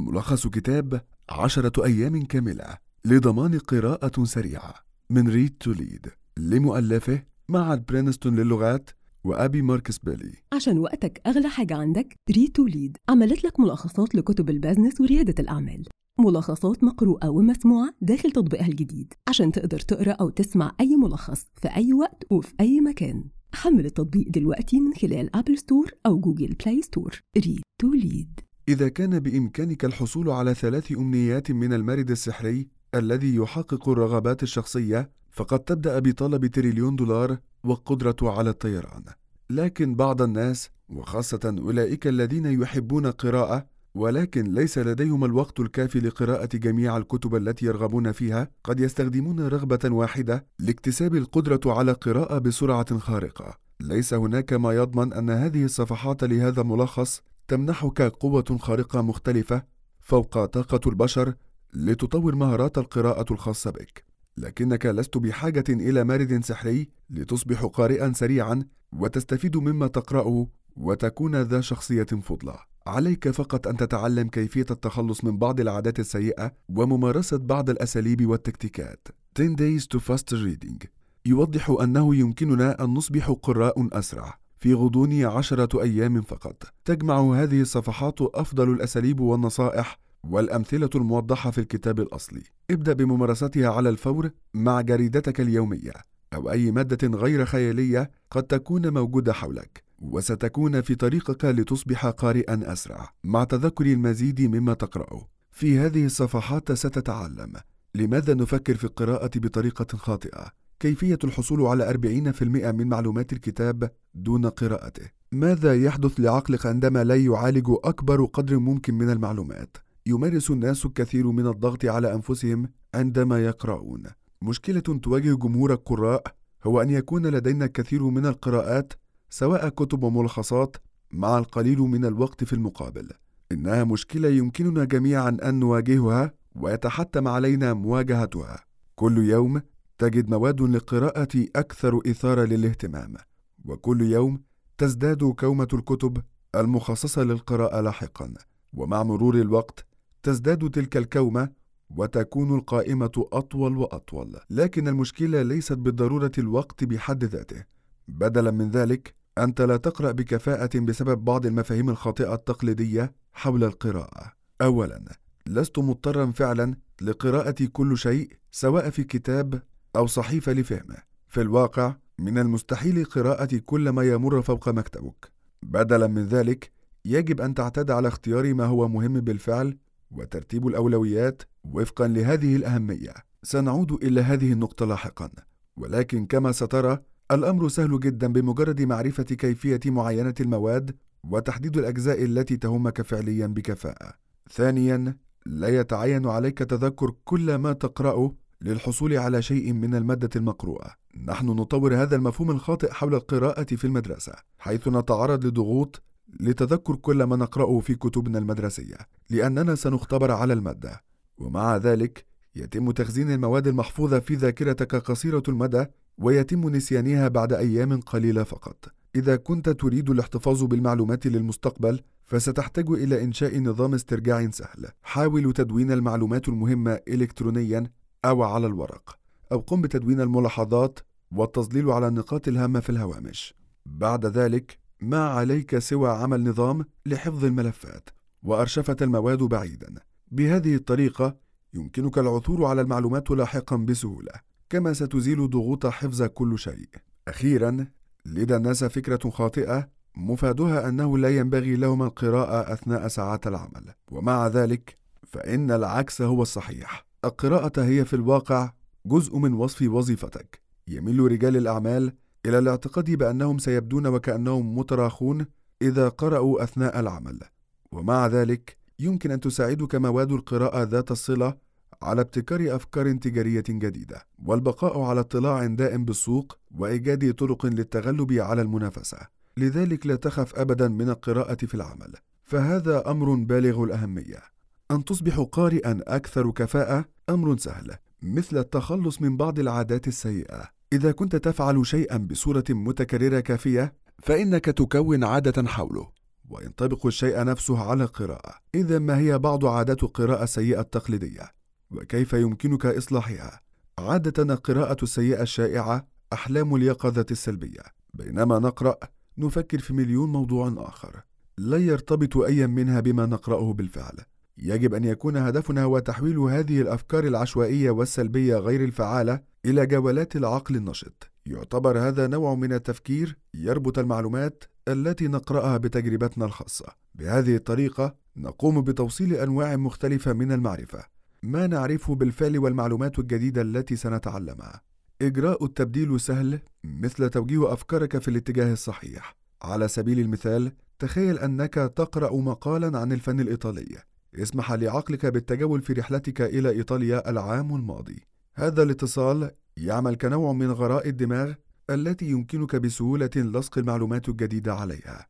ملخص كتاب 10 أيام كاملة لضمان قراءة سريعة من ريد تو ليد لمؤلفه معهد برينستون للغات وأبي ماركس بيلي. عشان وقتك أغلى حاجة عندك، ريد تو ليد عملت لك ملخصات لكتب البزنس وريادة الأعمال، ملخصات مقروءة ومسموعة داخل تطبيقها الجديد عشان تقدر تقرأ أو تسمع أي ملخص في أي وقت وفي أي مكان. حمل التطبيق دلوقتي من خلال أبل ستور أو جوجل بلاي ستور. ريد تو ليد. إذا كان بإمكانك الحصول على 3 أمنيات من المارد السحري الذي يحقق الرغبات الشخصية، فقد تبدأ بطلب $1,000,000,000 والقدرة على الطيران. لكن بعض الناس، وخاصة أولئك الذين يحبون القراءة ولكن ليس لديهم الوقت الكافي لقراءة جميع الكتب التي يرغبون فيها، قد يستخدمون رغبة واحدة لاكتساب القدرة على القراءة بسرعة خارقة. ليس هناك ما يضمن أن هذه الصفحات لهذا الملخص تمنحك قوة خارقة مختلفة فوق طاقة البشر لتطور مهارات القراءة الخاصة بك، لكنك لست بحاجة إلى مارد سحري لتصبح قارئا سريعا وتستفيد مما تقرأه وتكون ذا شخصية فضلة. عليك فقط أن تتعلم كيفية التخلص من بعض العادات السيئة وممارسة بعض الأساليب والتكتيكات. 10 Days to Faster Reading يوضح أنه يمكننا أن نصبح قراء أسرع في غضون 10 أيام فقط. تجمع هذه الصفحات أفضل الأساليب والنصائح والأمثلة الموضحة في الكتاب الأصلي. ابدأ بممارستها على الفور مع جريدتك اليومية أو أي مادة غير خيالية قد تكون موجودة حولك، وستكون في طريقك لتصبح قارئا أسرع مع تذكر المزيد مما تقرأه. في هذه الصفحات ستتعلم لماذا نفكر في القراءة بطريقة خاطئة، كيفية الحصول على 40% من معلومات الكتاب دون قراءته، ماذا يحدث لعقلك عندما لا يعالج أكبر قدر ممكن من المعلومات. يمارس الناس الكثير من الضغط على أنفسهم عندما يقرؤون. مشكلة تواجه جمهور القراء هو أن يكون لدينا الكثير من القراءات سواء كتب وملخصات مع القليل من الوقت في المقابل. إنها مشكلة يمكننا جميعا أن نواجهها ويتحتم علينا مواجهتها. كل يوم تجد مواد للقراءة أكثر إثارة للاهتمام، وكل يوم تزداد كومة الكتب المخصصة للقراءة لاحقا، ومع مرور الوقت تزداد تلك الكومة وتكون القائمة أطول وأطول. لكن المشكلة ليست بالضرورة الوقت بحد ذاته، بدلا من ذلك أنت لا تقرأ بكفاءة بسبب بعض المفاهيم الخاطئة التقليدية حول القراءة. أولا، لست مضطرا فعلا لقراءة كل شيء سواء في كتاب أو صحيفة لفهمه. في الواقع من المستحيل قراءة كل ما يمر فوق مكتبك. بدلا من ذلك يجب أن تعتاد على اختيار ما هو مهم بالفعل وترتيب الأولويات وفقا لهذه الأهمية. سنعود إلى هذه النقطة لاحقا، ولكن كما سترى الأمر سهل جدا بمجرد معرفة كيفية معاينة المواد وتحديد الأجزاء التي تهمك فعليا بكفاءة. ثانيا، لا يتعين عليك تذكر كل ما تقرأه للحصول على شيء من المادة المقروءة. نحن نطور هذا المفهوم الخاطئ حول القراءة في المدرسة، حيث نتعرض لضغوط لتذكر كل ما نقرأه في كتبنا المدرسية لأننا سنختبر على المادة، ومع ذلك يتم تخزين المواد المحفوظة في ذاكرتك قصيرة المدى ويتم نسيانها بعد أيام قليلة فقط. إذا كنت تريد الاحتفاظ بالمعلومات للمستقبل فستحتاج إلى إنشاء نظام استرجاع سهل. حاول تدوين المعلومات المهمة إلكترونيا أو على الورق، أو قم بتدوين الملاحظات والتظليل على النقاط الهامة في الهوامش. بعد ذلك ما عليك سوى عمل نظام لحفظ الملفات وأرشفة المواد بعيدا. بهذه الطريقة يمكنك العثور على المعلومات لاحقا بسهولة، كما ستزيل ضغوط حفظ كل شيء. أخيرا، لدى الناس فكرة خاطئة مفادها أنه لا ينبغي لهم القراءة أثناء ساعات العمل، ومع ذلك فإن العكس هو الصحيح. القراءة هي في الواقع جزء من وصف وظيفتك. يميل رجال الأعمال إلى الاعتقاد بأنهم سيبدون وكأنهم متراخون إذا قرأوا أثناء العمل، ومع ذلك يمكن أن تساعدك مواد القراءة ذات الصلة على ابتكار أفكار تجارية جديدة والبقاء على اطلاع دائم بالسوق وإيجاد طرق للتغلب على المنافسة. لذلك لا تخف أبدا من القراءة في العمل، فهذا أمر بالغ الأهمية. أن تصبح قارئا أكثر كفاءة أمر سهل، مثل التخلص من بعض العادات السيئة. إذا كنت تفعل شيئا بصورة متكررة كافية فإنك تكون عادة حوله، وينطبق الشيء نفسه على القراءة. إذا ما هي بعض عادات القراءة السيئة التقليدية؟ وكيف يمكنك إصلاحها؟ عادة القراءة السيئة الشائعة أحلام اليقظة السلبية. بينما نقرأ نفكر في مليون موضوع آخر لا يرتبط أي منها بما نقرأه بالفعل. يجب أن يكون هدفنا هو تحويل هذه الأفكار العشوائية والسلبية غير الفعالة إلى جولات العقل النشط. يعتبر هذا نوع من التفكير يربط المعلومات التي نقرأها بتجربتنا الخاصة. بهذه الطريقة نقوم بتوصيل أنواع مختلفة من المعرفة، ما نعرفه بالفعل والمعلومات الجديدة التي سنتعلمها. إجراء التبديل سهل، مثل توجيه أفكارك في الاتجاه الصحيح. على سبيل المثال، تخيل أنك تقرأ مقالا عن الفن الإيطالي. اسمح لعقلك بالتجول في رحلتك إلى إيطاليا العام الماضي. هذا الاتصال يعمل كنوع من غراء الدماغ التي يمكنك بسهولة لصق المعلومات الجديدة عليها.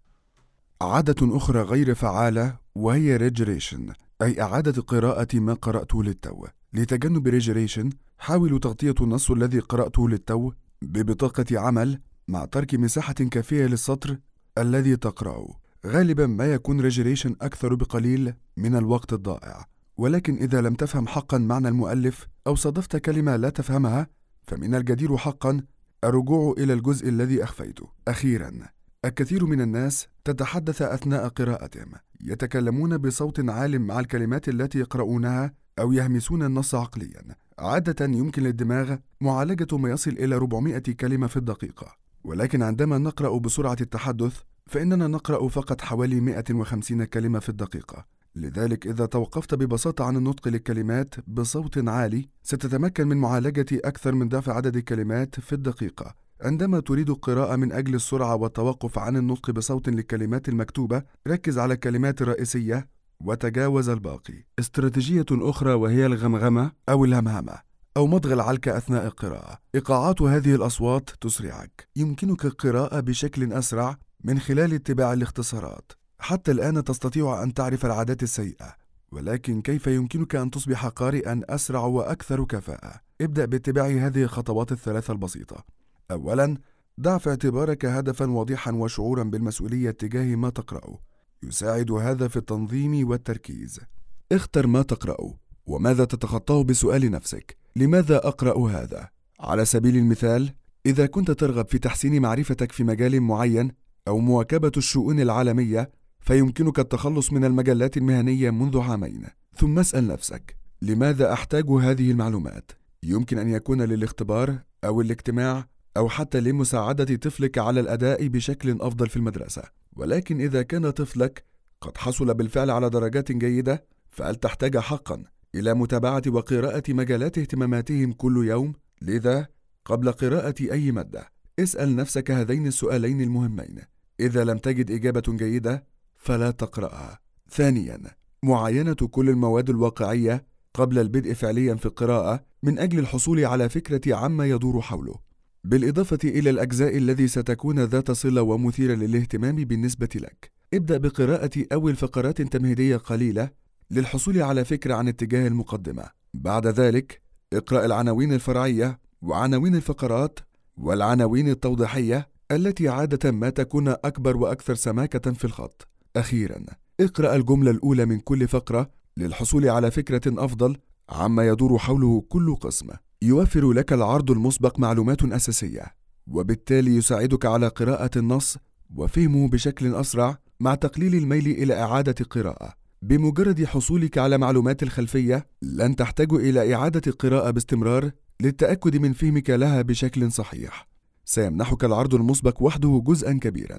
عادة أخرى غير فعالة وهي ريجريشن، أي إعادة قراءة ما قرأته للتو. لتجنب ريجريشن، حاول تغطية النص الذي قرأته للتو ببطاقة عمل مع ترك مساحة كافية للسطر الذي تقرأه. غالبا ما يكون ريجريشن أكثر بقليل من الوقت الضائع، ولكن إذا لم تفهم حقا معنى المؤلف أو صادفت كلمة لا تفهمها، فمن الجدير حقا الرجوع إلى الجزء الذي أخفيته. أخيرا، الكثير من الناس تتحدث أثناء قراءتهم، يتكلمون بصوت عال مع الكلمات التي يقرؤونها أو يهمسون النص عقليا. عادة يمكن للدماغ معالجة ما يصل إلى 400 كلمة في الدقيقة، ولكن عندما نقرأ بسرعة التحدث فإننا نقرأ فقط حوالي 150 كلمة في الدقيقة. لذلك إذا توقفت ببساطة عن النطق للكلمات بصوت عالي، ستتمكن من معالجة أكثر من ضعف عدد الكلمات في الدقيقة. عندما تريد القراءة من أجل السرعة والتوقف عن النطق بصوت للكلمات المكتوبة، ركز على الكلمات الرئيسية وتجاوز الباقي. استراتيجية أخرى وهي الغمغمة أو الهمهمة أو مضغ العلكة أثناء القراءة. إيقاعات هذه الأصوات تسرعك. يمكنك القراءة بشكل أسرع من خلال اتباع الاختصارات. حتى الآن تستطيع أن تعرف العادات السيئة، ولكن كيف يمكنك أن تصبح قارئا أسرع وأكثر كفاءة؟ ابدأ باتباع هذه الخطوات الثلاثة البسيطة. أولا، ضع في اعتبارك هدفا واضحا وشعورا بالمسؤولية تجاه ما تقرأه. يساعد هذا في التنظيم والتركيز. اختر ما تقرأه وماذا تتخطاه بسؤال نفسك: لماذا أقرأ هذا؟ على سبيل المثال، إذا كنت ترغب في تحسين معرفتك في مجال معين أو مواكبة الشؤون العالمية، فيمكنك التخلص من المجلات المهنية منذ عامين. ثم اسأل نفسك: لماذا أحتاج هذه المعلومات؟ يمكن أن يكون للاختبار أو الاجتماع أو حتى لمساعدة طفلك على الأداء بشكل أفضل في المدرسة. ولكن إذا كان طفلك قد حصل بالفعل على درجات جيدة، فهل تحتاج حقا إلى متابعة وقراءة مجالات اهتماماتهم كل يوم؟ لذا قبل قراءة أي مادة، اسأل نفسك هذين السؤالين المهمين. إذا لم تجد إجابة جيدة فلا تقرأها. ثانيا، معاينة كل المواد الواقعية قبل البدء فعليا في القراءة من أجل الحصول على فكرة عما يدور حوله، بالإضافة إلى الأجزاء التي ستكون ذات صلة ومثيرة للاهتمام بالنسبة لك. ابدأ بقراءة أول فقرات تمهيدية قليلة للحصول على فكرة عن اتجاه المقدمة. بعد ذلك اقرأ العناوين الفرعية وعناوين الفقرات والعناوين التوضيحية التي عادة ما تكون أكبر وأكثر سماكة في الخط. أخيراً، اقرأ الجملة الأولى من كل فقرة للحصول على فكرة أفضل عما يدور حوله كل قسم. يوفر لك العرض المسبق معلومات أساسية، وبالتالي يساعدك على قراءة النص وفهمه بشكل أسرع مع تقليل الميل إلى إعادة القراءة. بمجرد حصولك على معلومات الخلفية، لن تحتاج إلى إعادة القراءة باستمرار للتأكد من فهمك لها بشكل صحيح. سيمنحك العرض المسبق وحده جزءاً كبيراً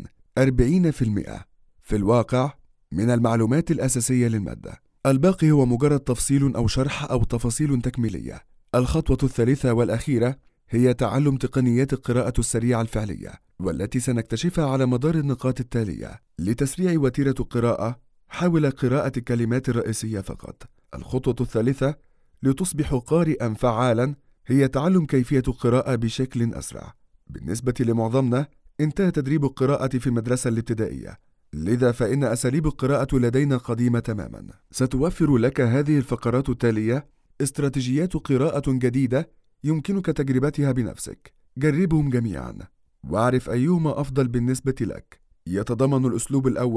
40% في الواقع من المعلومات الأساسية للمادة. الباقي هو مجرد تفصيل أو شرح أو تفاصيل تكميلية. الخطوة الثالثة والأخيرة هي تعلم تقنيات القراءة السريعة الفعلية، والتي سنكتشفها على مدار النقاط التالية. لتسريع وتيرة القراءة، حاول قراءة الكلمات الرئيسية فقط. الخطوة الثالثة لتصبح قارئا فعالا هي تعلم كيفية القراءة بشكل أسرع. بالنسبة لمعظمنا، انتهى تدريب القراءة في المدرسة الابتدائية، لذا فإن أساليب القراءة لدينا قديمة تماما. ستوفر لك هذه الفقرات التالية استراتيجيات قراءة جديدة يمكنك تجربتها بنفسك. جربهم جميعا واعرف أيهما أفضل بالنسبة لك. يتضمن الأسلوب الأول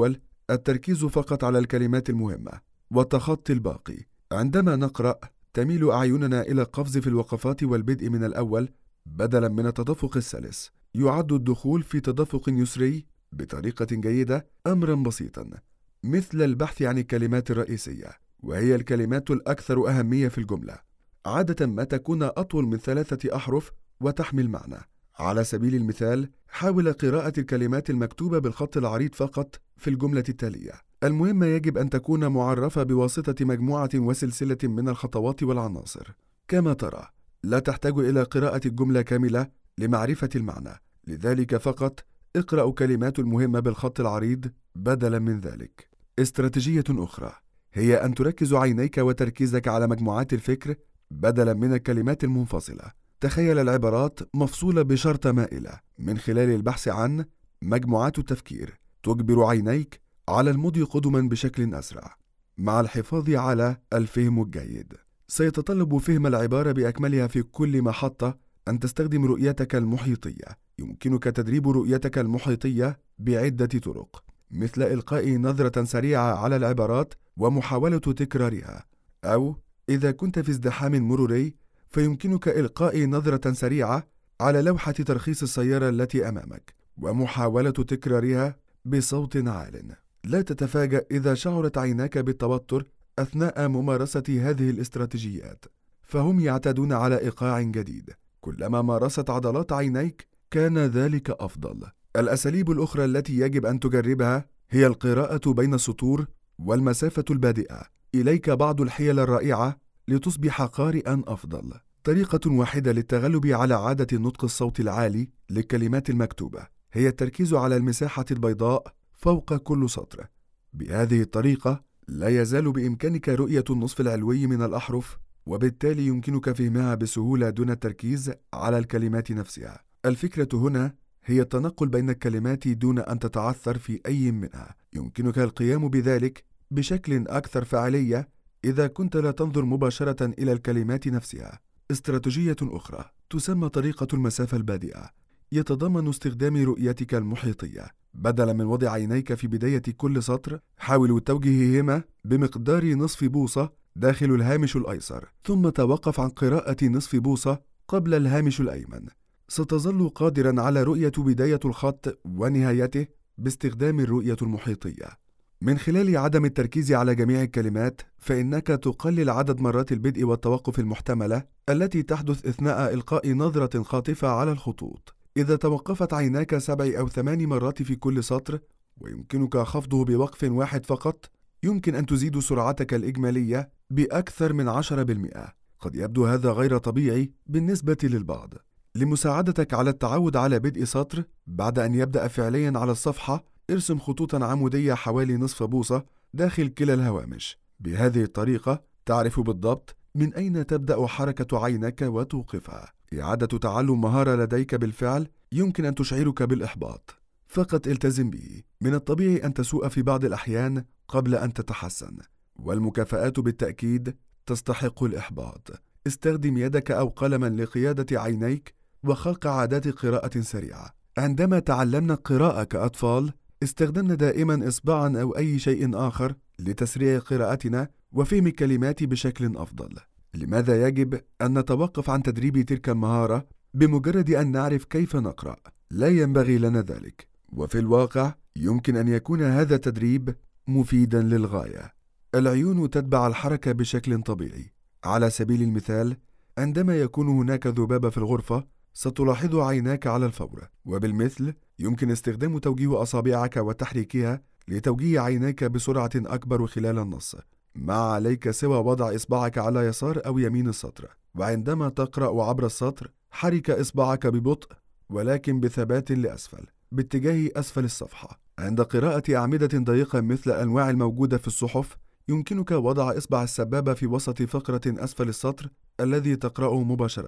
التركيز فقط على الكلمات المهمة وتخطي الباقي. عندما نقرأ تميل أعيننا إلى القفز في الوقفات والبدء من الأول بدلاً من التدفق السلس. يعد الدخول في تدفق يسري بطريقة جيدة أمراً بسيطاً، مثل البحث عن الكلمات الرئيسية، وهي الكلمات الأكثر أهمية في الجملة، عادة ما تكون أطول من 3 أحرف وتحمل معنى. على سبيل المثال، حاول قراءة الكلمات المكتوبة بالخط العريض فقط في الجملة التالية. المهمة يجب أن تكون معرفة بواسطة مجموعة وسلسلة من الخطوات والعناصر. كما ترى، لا تحتاج إلى قراءة الجملة كاملة لمعرفة المعنى، لذلك فقط اقرأ كلمات المهمة بالخط العريض بدلاً من ذلك. استراتيجية أخرى هي أن تركز عينيك وتركيزك على مجموعات الفكر بدلاً من الكلمات المنفصلة. تخيل العبارات مفصولة بشرطة مائلة من خلال البحث عن مجموعات التفكير تجبر عينيك على المضي قدما بشكل أسرع، مع الحفاظ على الفهم الجيد. سيتطلب فهم العبارة بأكملها في كل محطة أن تستخدم رؤيتك المحيطية. يمكنك تدريب رؤيتك المحيطية بعدة طرق، مثل إلقاء نظرة سريعة على العبارات ومحاولة تكرارها، أو إذا كنت في ازدحام مروري فيمكنك إلقاء نظرة سريعة على لوحة ترخيص السيارة التي أمامك ومحاولة تكرارها بصوت عال. لا تتفاجأ إذا شعرت عيناك بالتوتر أثناء ممارسة هذه الاستراتيجيات، فهم يعتادون على إيقاع جديد. كلما مارست عضلات عينيك كان ذلك أفضل. الأساليب الأخرى التي يجب أن تجربها هي القراءة بين السطور والمسافة البادئة. إليك بعض الحيل الرائعة لتصبح قارئًا أفضل. طريقة واحدة للتغلب على عادة نطق الصوت العالي للكلمات المكتوبة هي التركيز على المساحة البيضاء فوق كل سطر. بهذه الطريقة لا يزال بإمكانك رؤية النصف العلوي من الأحرف، وبالتالي يمكنك فهمها بسهولة دون التركيز على الكلمات نفسها. الفكرة هنا هي التنقل بين الكلمات دون أن تتعثر في أي منها. يمكنك القيام بذلك بشكل أكثر فعالية إذا كنت لا تنظر مباشرة إلى الكلمات نفسها. استراتيجية أخرى تسمى طريقة المسافة البادئة، يتضمن استخدام رؤيتك المحيطية. بدلا من وضع عينيك في بداية كل سطر، حاول توجيههما بمقدار نصف بوصة داخل الهامش الأيسر، ثم توقف عن قراءة نصف بوصة قبل الهامش الأيمن. ستظل قادرا على رؤية بداية الخط ونهايته باستخدام الرؤية المحيطية. من خلال عدم التركيز على جميع الكلمات، فإنك تقلل عدد مرات البدء والتوقف المحتملة التي تحدث أثناء إلقاء نظرة خاطفة على الخطوط. إذا توقفت عيناك 7 أو 8 مرات في كل سطر، ويمكنك خفضه بوقف واحد فقط، يمكن أن تزيد سرعتك الإجمالية بأكثر من 10%. قد يبدو هذا غير طبيعي بالنسبة للبعض. لمساعدتك على التعود على بدء سطر بعد أن يبدأ فعليا على الصفحة، ارسم خطوطا عمودية حوالي نصف بوصة داخل كلا الهوامش. بهذه الطريقة تعرف بالضبط من أين تبدأ حركة عينك وتوقفها. إعادة تعلم مهارة لديك بالفعل يمكن أن تشعرك بالإحباط، فقط التزم به. من الطبيعي أن تسوء في بعض الأحيان قبل أن تتحسن، والمكافآت بالتأكيد تستحق الإحباط. استخدم يدك أو قلما لقيادة عينيك وخلق عادات قراءة سريعة. عندما تعلمنا القراءة كأطفال، استخدمنا دائما إصبعا أو أي شيء آخر لتسريع قراءتنا وفهم الكلمات بشكل أفضل. لماذا يجب أن نتوقف عن تدريب تلك المهارة بمجرد أن نعرف كيف نقرأ؟ لا ينبغي لنا ذلك، وفي الواقع يمكن أن يكون هذا التدريب مفيدا للغاية. العيون تتبع الحركة بشكل طبيعي. على سبيل المثال، عندما يكون هناك ذبابة في الغرفة، ستلاحظ عيناك على الفور، وبالمثل يمكن استخدام توجيه أصابعك وتحريكها لتوجيه عينيك بسرعة أكبر خلال النص. ما عليك سوى وضع إصبعك على يسار أو يمين السطر، وعندما تقرأ عبر السطر حرك إصبعك ببطء ولكن بثبات لأسفل باتجاه أسفل الصفحة. عند قراءة أعمدة ضيقة مثل الأنواع الموجودة في الصحف، يمكنك وضع إصبع السبابة في وسط فقرة أسفل السطر الذي تقرأه مباشرة.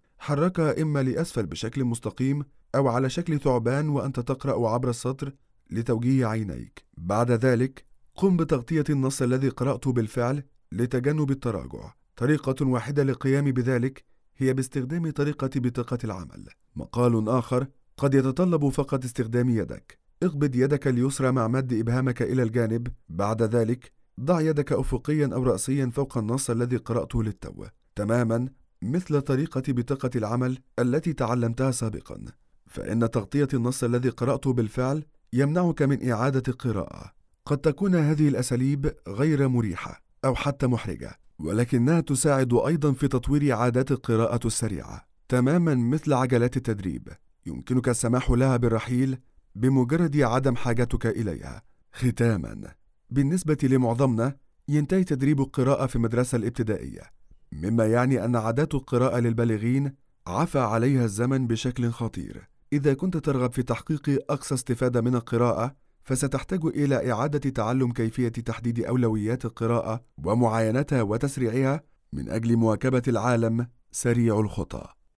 حركها إما لأسفل بشكل مستقيم أو على شكل ثعبان وأنت تقرأ عبر السطر لتوجيه عينيك. بعد ذلك قم بتغطية النص الذي قرأته بالفعل لتجنب التراجع. طريقة واحدة للقيام بذلك هي باستخدام طريقة بطاقة العمل. مقال آخر قد يتطلب فقط استخدام يدك. اقبض يدك اليسرى مع مد إبهامك إلى الجانب. بعد ذلك ضع يدك أفقيا أو رأسيا فوق النص الذي قرأته للتو، تماما مثل طريقة بطاقة العمل التي تعلمتها سابقا. فإن تغطية النص الذي قرأته بالفعل يمنعك من إعادة القراءة. قد تكون هذه الأساليب غير مريحة أو حتى محرجة، ولكنها تساعد أيضا في تطوير عادات القراءة السريعة، تماما مثل عجلات التدريب يمكنك السماح لها بالرحيل بمجرد عدم حاجتك إليها. ختاما، بالنسبة لمعظمنا ينتهي تدريب القراءة في المدرسة الابتدائية، مما يعني أن عادات القراءة للبالغين عفى عليها الزمن بشكل خطير. إذا كنت ترغب في تحقيق أقصى استفادة من القراءة، فستحتاج إلى إعادة تعلم كيفية تحديد أولويات القراءة ومعاينتها وتسريعها من أجل مواكبة العالم سريع الخطى.